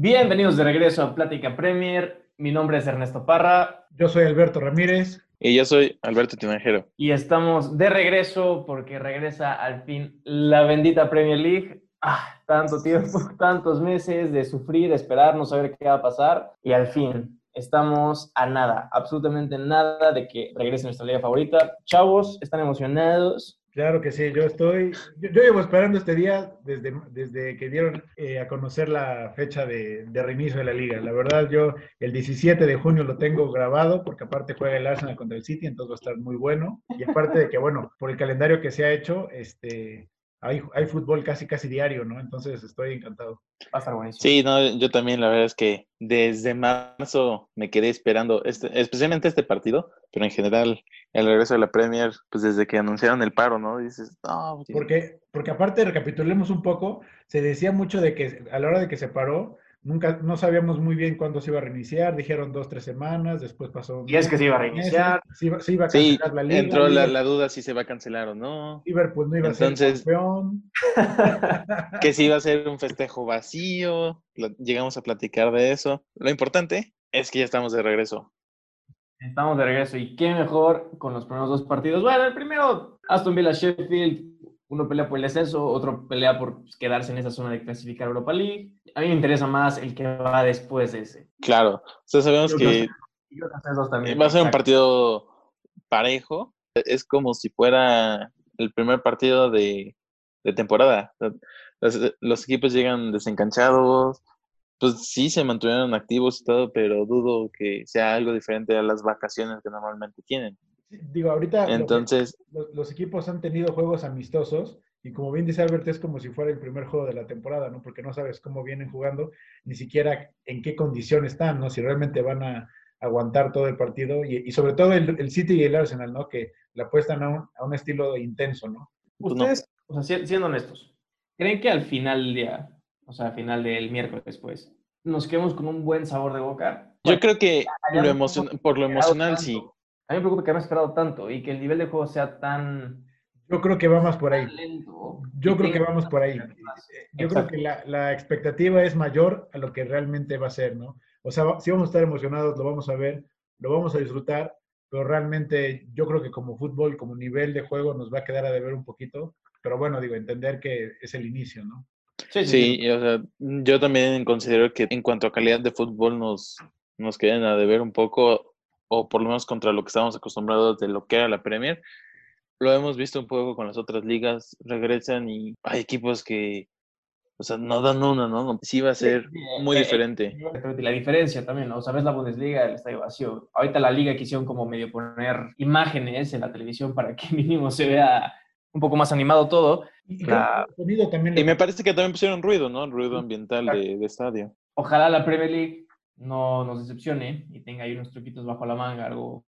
Bienvenidos de regreso a Plática Premier. Mi nombre es Ernesto Parra Yo soy Alberto Ramírez. Y yo soy Alberto Tinajero. y estamos de regreso porque regresa al fin la bendita Premier League. Tanto tiempo, tantos meses de sufrir, esperar, no saber qué va a pasar y al fin estamos a nada, absolutamente nada de que regrese nuestra liga favorita. Chavos, ¿están emocionados? Claro que sí, yo llevo esperando este día desde que dieron a conocer la fecha de reinicio de la liga. La verdad, yo el 17 de junio lo tengo grabado porque aparte juega el Arsenal contra el City, entonces va a estar muy bueno. Y aparte de que, bueno, por el calendario que se ha hecho, hay fútbol casi diario, ¿no? Entonces estoy encantado. Va a estar buenísimo. Sí, no, yo también la verdad es que desde marzo me quedé esperando, especialmente este partido, pero en general el regreso de la Premier, pues desde que anunciaron el paro, ¿no? Dices, no, Porque aparte, recapitulemos un poco, se decía mucho de que a la hora de que se paró, nunca, no sabíamos muy bien cuándo se iba a reiniciar, dijeron 2, 3 semanas, después pasó Y es que se iba a meses, reiniciar. se iba a sí, cancelar la liga, entró la duda si se va a cancelar o no. Liverpool no iba a ser Entonces, campeón. que si iba a ser un festejo vacío, llegamos a platicar de eso. Lo importante es que ya estamos de regreso. Estamos de regreso y qué mejor con los primeros dos partidos. Bueno, el primero, Aston Villa Sheffield, uno pelea por el descenso, otro pelea por quedarse en esa zona de clasificar Europa League. A mí me interesa más el que va después de ese. Claro, o sea, sabemos Yo creo que que ustedes dos también, va a ser un exacto. partido parejo. Es como si fuera el primer partido de temporada. O sea, los equipos llegan desencanchados, pues sí se mantuvieron activos y todo, pero dudo que sea algo diferente a las vacaciones que normalmente tienen. Digo, ahorita Entonces, los equipos han tenido juegos amistosos y como bien dice Albert, es como si fuera el primer juego de la temporada, ¿no? Porque no sabes cómo vienen jugando, ni siquiera en qué condición están, ¿no? Si realmente van a aguantar todo el partido y sobre todo el City y el Arsenal, ¿no? Que le apuestan a un estilo intenso, ¿no? pues no. Ustedes, o sea, siendo honestos, ¿creen que al final del día, o sea, al final del miércoles, pues, nos quedemos con un buen sabor de boca? Yo Porque creo que por lo esperado emocional sí. tanto. A mí me preocupa que hayamos esperado tanto y que el nivel de juego sea tan, Yo creo que va más por ahí. tan lento Yo y creo tenga que vamos por ahí. Yo creo exacto. que la expectativa es mayor a lo que realmente va a ser, ¿no? O sea, si vamos a estar emocionados, lo vamos a ver, lo vamos a disfrutar, pero realmente yo creo que como fútbol, como nivel de juego, nos va a quedar a deber un poquito. Pero bueno, digo, entender que es el inicio, ¿no? Sí, sí, sí. Sí, o sea, yo también considero que en cuanto a calidad de fútbol nos quedan a deber un poco, o por lo menos contra lo que estábamos acostumbrados de lo que era la Premier. Lo hemos visto un poco con las otras ligas, regresan y hay equipos que, o sea, no dan una, ¿no? Sí va a Sí, ser muy diferente. exactamente. La diferencia también, ¿no? Sabes la Bundesliga, el estadio vacío. Ahorita la liga quisieron como medio poner imágenes en la televisión para que mínimo se vea un poco más animado todo. Y creo que La, el sonido también Y le me pasa. parece que también pusieron ruido, ¿no? Ruido ambiental de estadio. ojalá la Premier League no nos decepcione y tenga ahí unos truquitos bajo la manga,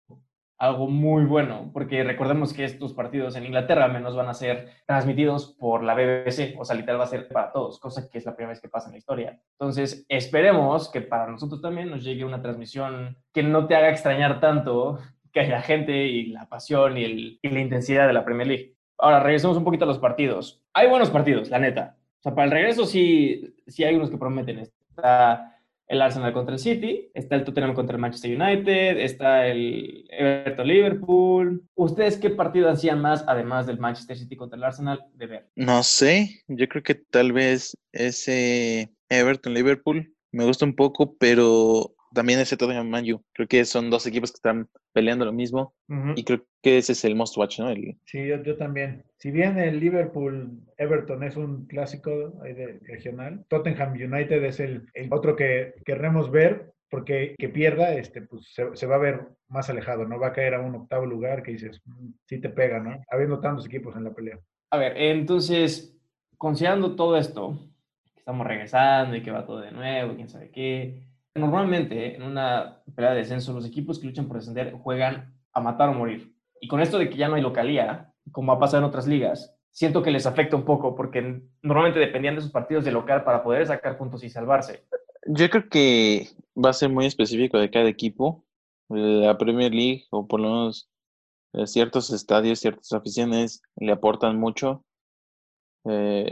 algo muy bueno, porque recordemos que estos partidos en Inglaterra al menos van a ser transmitidos por la BBC, o sea, literal va a ser para todos, cosa que es la primera vez que pasa en la historia. Entonces, esperemos que para nosotros también nos llegue una transmisión que no te haga extrañar tanto que haya gente y la pasión y la intensidad de la Premier League. Ahora, regresemos un poquito a los partidos. Hay buenos partidos, la neta. O sea, para el regreso sí hay unos que prometen. Está el Arsenal contra el City, está el Tottenham contra el Manchester United, está el Everton Liverpool. ¿Ustedes qué partido hacían más, además del Manchester City contra el Arsenal, de ver? No sé, yo creo que tal vez ese Everton Liverpool me gusta un poco, pero también ese Tottenham Man U. Creo que son dos equipos que están peleando lo mismo y creo que ese es el must watch, ¿no? Sí, yo también. Si bien el Liverpool-Everton es un clásico ahí regional, Tottenham United es el otro que querremos ver, porque que pierda, pues se va a ver más alejado, ¿no? Va a caer a un octavo lugar que dices, sí te pega, ¿no? Habiendo tantos equipos en la pelea. A ver, entonces, considerando todo esto, que estamos regresando y que va todo de nuevo, quién sabe qué, normalmente en una pelea de descenso los equipos que luchan por descender juegan a matar o morir. Y con esto de que ya no hay localía, como ha pasado en otras ligas, siento que les afecta un poco porque normalmente dependían de sus partidos de local para poder sacar puntos y salvarse. Yo creo que va a ser muy específico de cada equipo. La Premier League, o por lo menos ciertos estadios, ciertas aficiones le aportan mucho.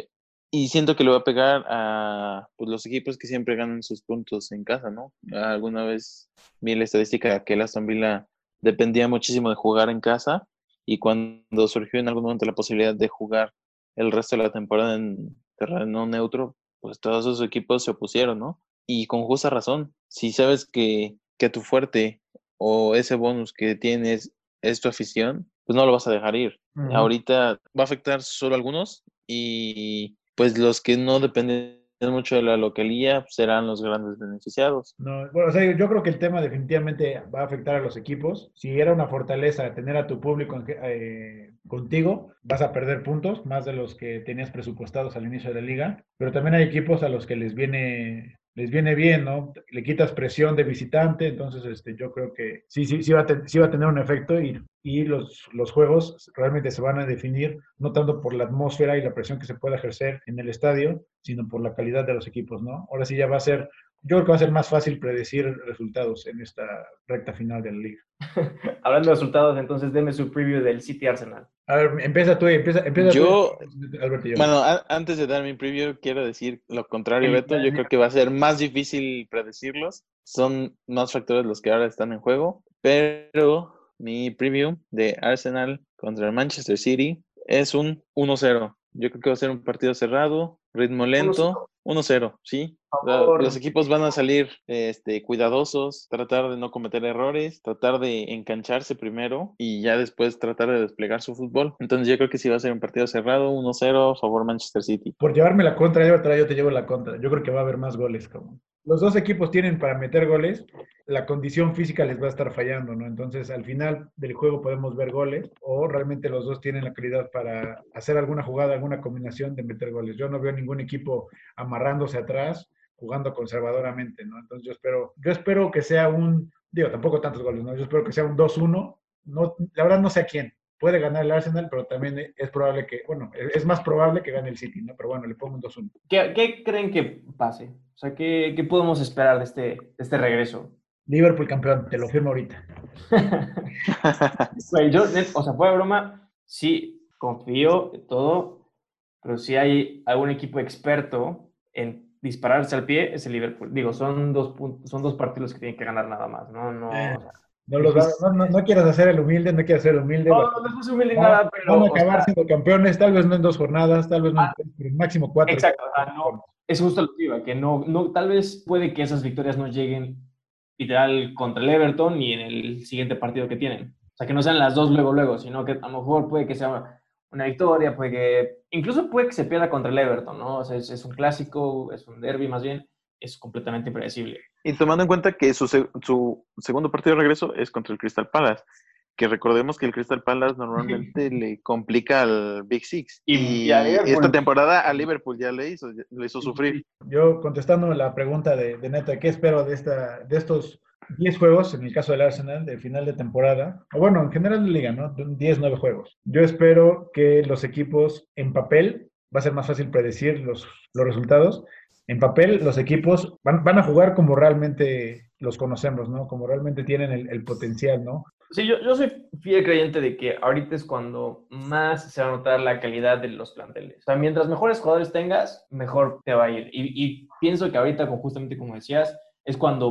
Y siento que le va a pegar a pues, los equipos que siempre ganan sus puntos en casa, ¿no? Alguna vez vi la estadística que el Aston Villa dependía muchísimo de jugar en casa y cuando surgió en algún momento la posibilidad de jugar el resto de la temporada en terreno neutro, pues todos esos equipos se opusieron, ¿no? Y con justa razón. Si sabes que tu fuerte o ese bonus que tienes es tu afición, pues no lo vas a dejar ir. Ujú. Ahorita va a afectar solo a algunos y pues los que no dependen mucho de la localía pues, serán los grandes beneficiados. No, bueno, o sea, yo creo que el tema definitivamente va a afectar a los equipos. Si era una fortaleza tener a tu público contigo, vas a perder puntos, más de los que tenías presupuestados al inicio de la liga. Pero también hay equipos a los que les viene bien, ¿no? Le quitas presión de visitante, entonces yo creo que sí va a tener un efecto y los juegos realmente se van a definir no tanto por la atmósfera y la presión que se pueda ejercer en el estadio, sino por la calidad de los equipos, ¿no? Ahora sí ya va a ser yo creo que va a ser más fácil predecir resultados en esta recta final de la liga. Hablando de resultados, entonces deme su preview del City Arsenal. A ver, empieza tú, Yo, Alberto y yo. bueno, antes de dar mi preview, quiero decir lo contrario, El- Beto. Yo creo que va a ser más difícil predecirlos. Son más factores los que ahora están en juego. Pero mi preview de Arsenal contra el Manchester City es un 1-0. Yo creo que va a ser un partido cerrado, ritmo lento, 1-0, ¿sí? Los Favor. equipos van a salir cuidadosos, tratar de no cometer errores, tratar de engancharse primero y ya después tratar de desplegar su fútbol. Entonces yo creo que sí va a ser un partido cerrado, 1-0, favor Manchester City. Por llevarme la contra, yo te llevo la contra. Yo creo que va a haber más goles. Como. Los dos equipos tienen para meter goles, la condición física les va a estar fallando, ¿no? Entonces, al final del juego podemos ver goles o realmente los dos tienen la calidad para hacer alguna jugada, alguna combinación de meter goles. Yo no veo ningún equipo amarrándose atrás, jugando conservadoramente, ¿no? Entonces, yo espero que sea digo, tampoco tantos goles, ¿no? Yo espero que sea un 2-1. No, la verdad no sé a quién, puede ganar el Arsenal, pero también es probable bueno, es más probable que gane el City, ¿no? Pero bueno, le pongo un 2-1. ¿Qué creen que pase? O sea, ¿qué podemos esperar de este regreso? Liverpool campeón, te lo firmo ahorita. Güey, o sea, fuera de broma, sí, confío en todo, pero si hay algún equipo experto en dispararse al pie, es el Liverpool. Digo, son dos partidos que tienen que ganar nada más, ¿no? Eh, No, o sea, no quieras hacer el humilde, no quieras hacer el humilde. no es humilde ni nada, Van pero, a o acabar sea, siendo campeones, tal vez no en 2 jornadas, tal vez no en 3, pero en máximo 4. exacto, o sea, no, es justo lo que iba, que tal vez puede que esas victorias no lleguen literal contra el Everton ni en el siguiente partido que tienen. O sea, que no sean las dos luego, sino que a lo mejor puede que sea una victoria, incluso puede que se pierda contra el Everton, ¿no? O sea, es un clásico, es un derby más bien, es completamente impredecible. Y tomando en cuenta que su segundo partido de regreso es contra el Crystal Palace, que recordemos que el Crystal Palace normalmente le complica al Big Six. Y a Y esta Liverpool, temporada a Liverpool ya le hizo sufrir. Yo contestando la pregunta de Neta, ¿qué espero de estos 10 juegos, en el caso del Arsenal, de final de temporada? O bueno, en general de liga, ¿no? 10, 9 juegos. Yo espero que los equipos en papel, va a ser más fácil predecir los resultados. En papel, los equipos van a jugar como realmente los conocemos, ¿no? Como realmente tienen el potencial, ¿no? sí, yo soy fiel creyente de que ahorita es cuando más se va a notar la calidad de los planteles. O sea, mientras mejores jugadores tengas, mejor te va a ir. Y pienso que ahorita, justamente como decías, es cuando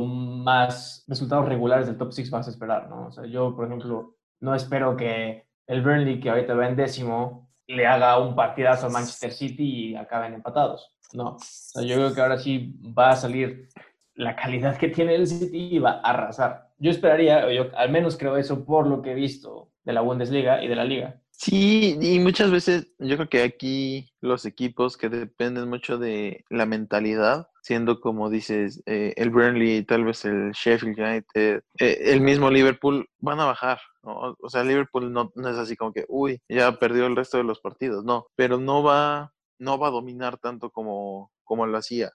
más resultados regulares del top 6 vas a esperar, ¿no? O sea, yo, por ejemplo, no espero que el Burnley, que ahorita va en décimo, le haga un partidazo al Manchester City y acaben empatados. No. O sea, yo creo que ahora sí va a salir la calidad que tiene el City y va a arrasar. Yo esperaría, yo al menos creo eso por lo que he visto de la Bundesliga y de la Liga. Sí, y muchas veces yo creo que aquí los equipos que dependen mucho de la mentalidad, siendo como dices, el Burnley, tal vez el Sheffield United, el mismo Liverpool, van a bajar, ¿no? O sea, Liverpool no es así como que, uy, ya perdió el resto de los partidos, no, pero no va a dominar tanto como lo hacía.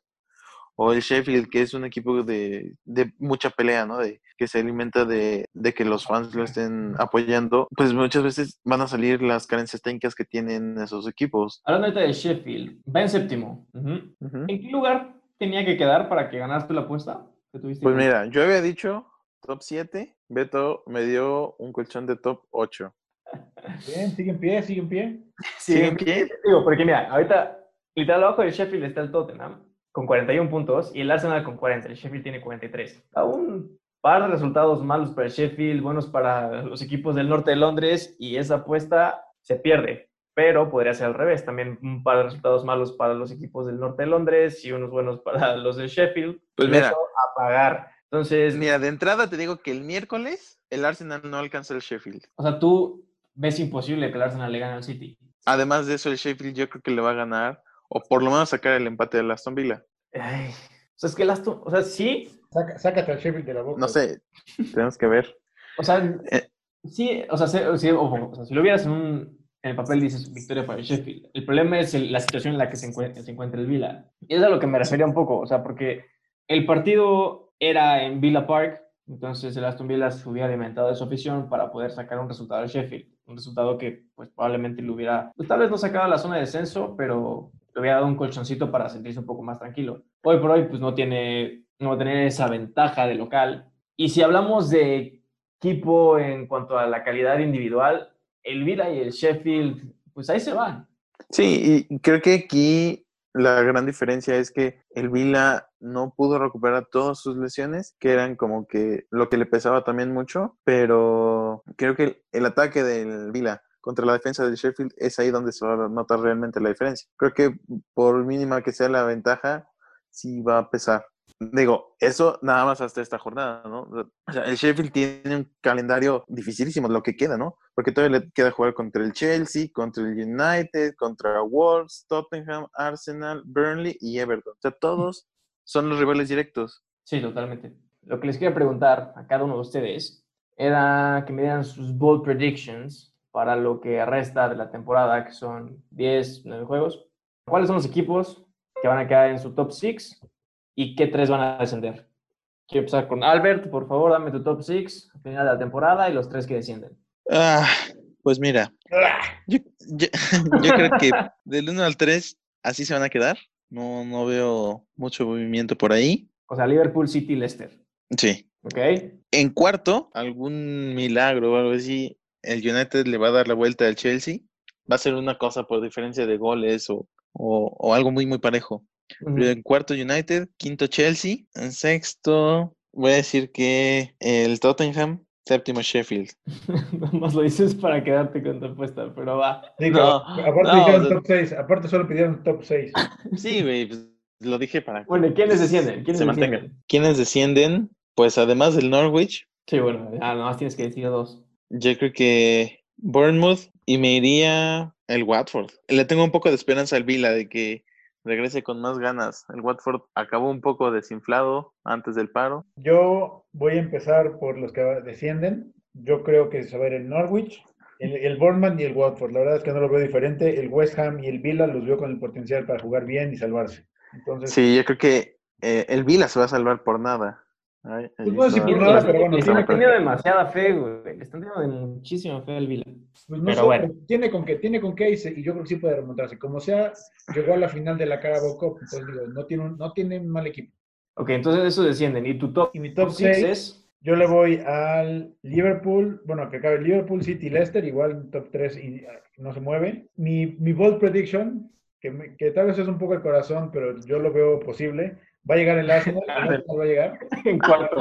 O el Sheffield, que es un equipo de mucha pelea, ¿no? Que se alimenta de que los fans lo estén apoyando, pues muchas veces van a salir las carencias técnicas que tienen esos equipos. Hablando ahorita de Sheffield, va en séptimo. Uh-huh. Ujú. ¿En qué lugar tenía que quedar para que ganaste la apuesta que tuviste Pues con... mira, yo había dicho top 7, Beto me dio un colchón de top 8. Bien, sigue en pie, sigue en pie. Sí, ¿Sigue en pie? digo, porque mira, ahorita Literal, abajo del Sheffield está el Tottenham con 41 puntos y el Arsenal con 40. El Sheffield tiene 43. A un par de resultados malos para el Sheffield, buenos para los equipos del norte de Londres, y esa apuesta se pierde. Pero podría ser al revés. También un par de resultados malos para los equipos del norte de Londres y unos buenos para los del Sheffield. Pues Y eso mira, a pagar. Entonces, de entrada te digo que el miércoles el Arsenal no alcanzó el Sheffield. o sea, tú ves imposible que el Arsenal le gane al City. Además de eso, el Sheffield yo creo que le va a ganar, o por lo menos sacar el empate del Aston Villa. Ay, o sea, es que el Aston, o sea, sí, Sácate al Sheffield de la boca. No sé, tenemos que ver. o sea, Eh, sí, o sea, o sea, si lo vieras en el papel dices victoria para el Sheffield. El problema es la situación en la que se encuentra el Villa. Y es a lo que me refería un poco, o sea, porque el partido era en Villa Park, entonces el Aston Villa se hubiera alimentado de su afición para poder sacar un resultado al Sheffield. Un resultado que pues probablemente lo hubiera, pues tal vez no sacado a la zona de descenso, pero le hubiera dado un colchoncito para sentirse un poco más tranquilo. Hoy por hoy pues no va a tener esa ventaja de local. Y si hablamos de equipo en cuanto a la calidad individual, el Villa y el Sheffield, pues ahí se van. sí, y creo que aquí la gran diferencia es que el Villa no pudo recuperar todas sus lesiones, que eran como que lo que le pesaba también mucho, pero creo que el ataque del Villa contra la defensa del Sheffield es ahí donde se va a notar realmente la diferencia. Creo que por mínima que sea la ventaja, sí va a pesar. Digo, eso nada más hasta esta jornada, ¿no? O sea, el Sheffield tiene un calendario dificilísimo, lo que queda, ¿no? Porque todavía le queda jugar contra el Chelsea, contra el United, contra Wolves, Tottenham, Arsenal, Burnley y Everton. O sea, todos son los rivales directos. Sí, totalmente. Lo que les quería preguntar a cada uno de ustedes era que me dieran sus bold predictions para lo que resta de la temporada, que son 10, 9 juegos. ¿Cuáles son los equipos que van a quedar en su top 6 y qué tres van a descender? Quiero empezar con Albert, por favor, dame tu top 6 al final de la temporada y los tres que descienden. Ah, pues mira, yo, yo, yo creo que del 1 al 3 así se van a quedar. No veo mucho movimiento por ahí. O sea, Liverpool, City, Leicester. Sí. ¿Ok? En cuarto, algún milagro o algo así, el United le va a dar la vuelta al Chelsea. Va a ser una cosa por diferencia de goles o algo muy, muy parejo. Pero en cuarto United, quinto Chelsea, en sexto voy a decir que el Tottenham, séptimo Sheffield. Nomás lo dices para quedarte con tu apuesta, pero va. Sí, No, aparte no, dijeron o sea, top 6, aparte solo pidieron top 6. sí, güey, pues, lo dije para que Bueno, ¿y quiénes pues, descienden? ¿Quiénes se mantenga. descienden? ¿Quiénes descienden? Pues además del Norwich, Sí, bueno, ya nomás tienes que decir dos. yo creo que Bournemouth y me iría el Watford. Le tengo un poco de esperanza al Vila de que regrese con más ganas. El Watford acabó un poco desinflado antes del paro. Yo voy a empezar por los que descienden. Yo creo que se va a ir el Norwich, el Bournemouth y el Watford. La verdad es que no lo veo diferente. El West Ham y el Villa los veo con el potencial para jugar bien y salvarse. Entonces, Sí, yo creo que el Vila se va a salvar por nada. Ay, pues ahí no sé si está, por Le nada, está- pero bueno, están tiene con teniendo qué. demasiada fe, güey. Le están teniendo de muchísima fe al Vila. Pues no Pero sé, bueno. pero tiene con qué y yo creo que sí puede remontarse. Como sea, llegó a la final de la Carabao Cup, entonces digo, no tiene un mal equipo. Ok, entonces esos descienden. ¿Y tu top Y mi top 6 6 es? yo le voy al Liverpool, bueno, que acabe Liverpool, City, Leicester, igual top 3 y no se mueve. Mi bold prediction, que tal vez es un poco el corazón, pero yo lo veo posible, va a llegar el Arsenal va a llegar. En cuarto.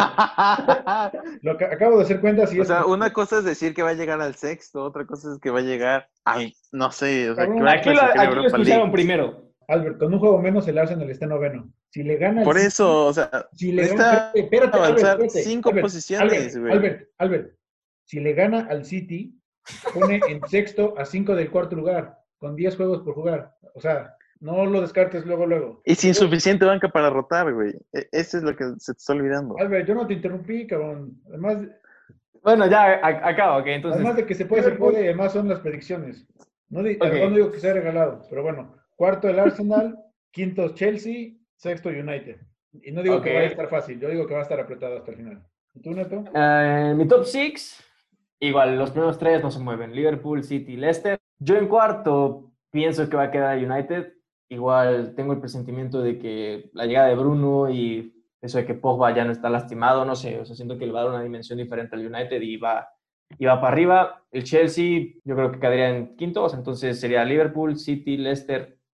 Acabo de hacer cuentas y O es sea, una cosa es decir que va a llegar al sexto, otra cosa es que va a llegar, ay, no sé, o sea, que va cabrón, a clasificar a Aquí lo Europa League. escucharon primero. Albert, con un juego menos el Arsenal está noveno. Si le gana el Por City, eso, o sea, si le gana, necesita espérate, avanzar espérate, 5 posiciones, güey. Albert, si le gana al City, pone en sexto a 5 del cuarto lugar, con 10 juegos por jugar. O sea, no lo descartes luego. Y sin suficiente banca para rotar, güey. Eso es lo que se te está olvidando. Albert, yo no te interrumpí, cabrón. Bueno, ya acaba, ok. Entonces, Además de que se Liverpool. puede, además son las predicciones. Además no Ok, digo que sea regalado, pero bueno, cuarto el Arsenal, quinto Chelsea, sexto United. Y no digo ok. que vaya a estar fácil, yo digo que va a estar apretado hasta el final. ¿Y tú, Neto? Mi top 6, igual, los primeros tres no se mueven. Liverpool, City, Leicester. Yo en cuarto pienso que va a quedar United. Igual tengo el presentimiento de que la llegada de Bruno y eso de que Pogba ya no está lastimado, no sé, o sea, siento que le va a dar una dimensión diferente al United y va para arriba. El Chelsea yo creo que quedaría en quinto, o sea, entonces sería Liverpool, City, Leicester,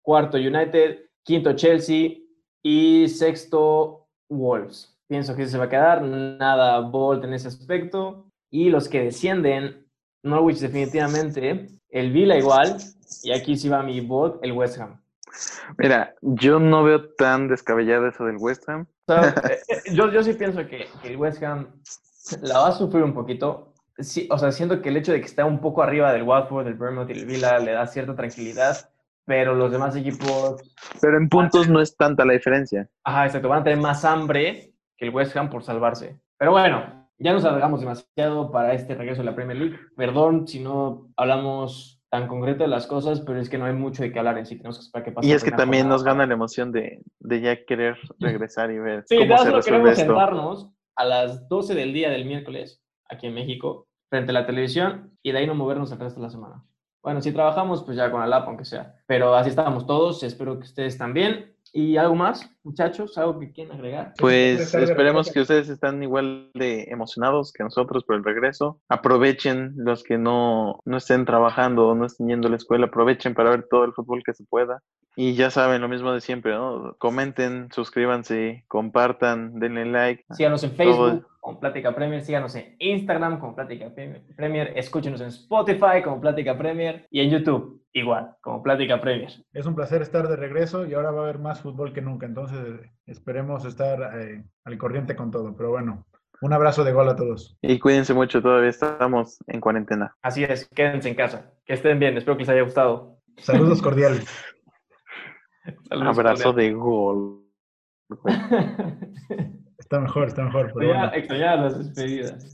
cuarto United, quinto Chelsea y sexto Wolves. Pienso que ese se va a quedar, nada bold en ese aspecto. Y los que descienden, Norwich definitivamente, el Villa igual, y aquí sí va mi bot, el West Ham. Mira, yo no veo tan descabellado eso del West Ham. O sea, yo sí pienso que el West Ham la va a sufrir un poquito. Sí, o sea, siento que el hecho de que está un poco arriba del Watford, del Bournemouth y el Villa le da cierta tranquilidad, pero los demás equipos... Pero en puntos no es tanta la diferencia. Ajá, exacto, van a tener más hambre que el West Ham por salvarse. Pero bueno, ya nos alargamos demasiado para este regreso a la Premier League. Perdón si no hablamos tan concreto de las cosas, pero es que no hay mucho de qué hablar en sí. Tenemos que esperar que pase Y la es que primera también jornada. nos gana la emoción de ya querer regresar y ver Sí, cómo ya se solo resuelve queremos esto. sentarnos a las 12 del día del miércoles, aquí en México, frente a la televisión, y de ahí no movernos el resto de la semana. Bueno, si trabajamos, pues ya con la lap, aunque sea. Pero así estamos todos, espero que ustedes también. ¿Y algo más, muchachos? ¿Algo que quieran agregar? Pues esperemos que ustedes estén igual de emocionados que nosotros por el regreso. Aprovechen los que no estén trabajando o no estén yendo a la escuela, aprovechen para ver todo el fútbol que se pueda. Y ya saben, lo mismo de siempre, ¿no? Comenten, suscríbanse, compartan, denle like. Síganos en Todo. Facebook con Plática Premier, síganos en Instagram con Plática Premier, escúchenos en Spotify con Plática Premier y en YouTube igual, como Plática Premier. Es un placer estar de regreso y ahora va a haber más fútbol que nunca, entonces esperemos estar al corriente con todo. Pero bueno, un abrazo de gol a todos. Y cuídense mucho, todavía estamos en cuarentena. Así es, quédense en casa, que estén bien, espero que les haya gustado. Saludos cordiales. Saludos Abrazo cordiales. de gol. Está mejor, pero Ya bueno. extrañaba las despedidas.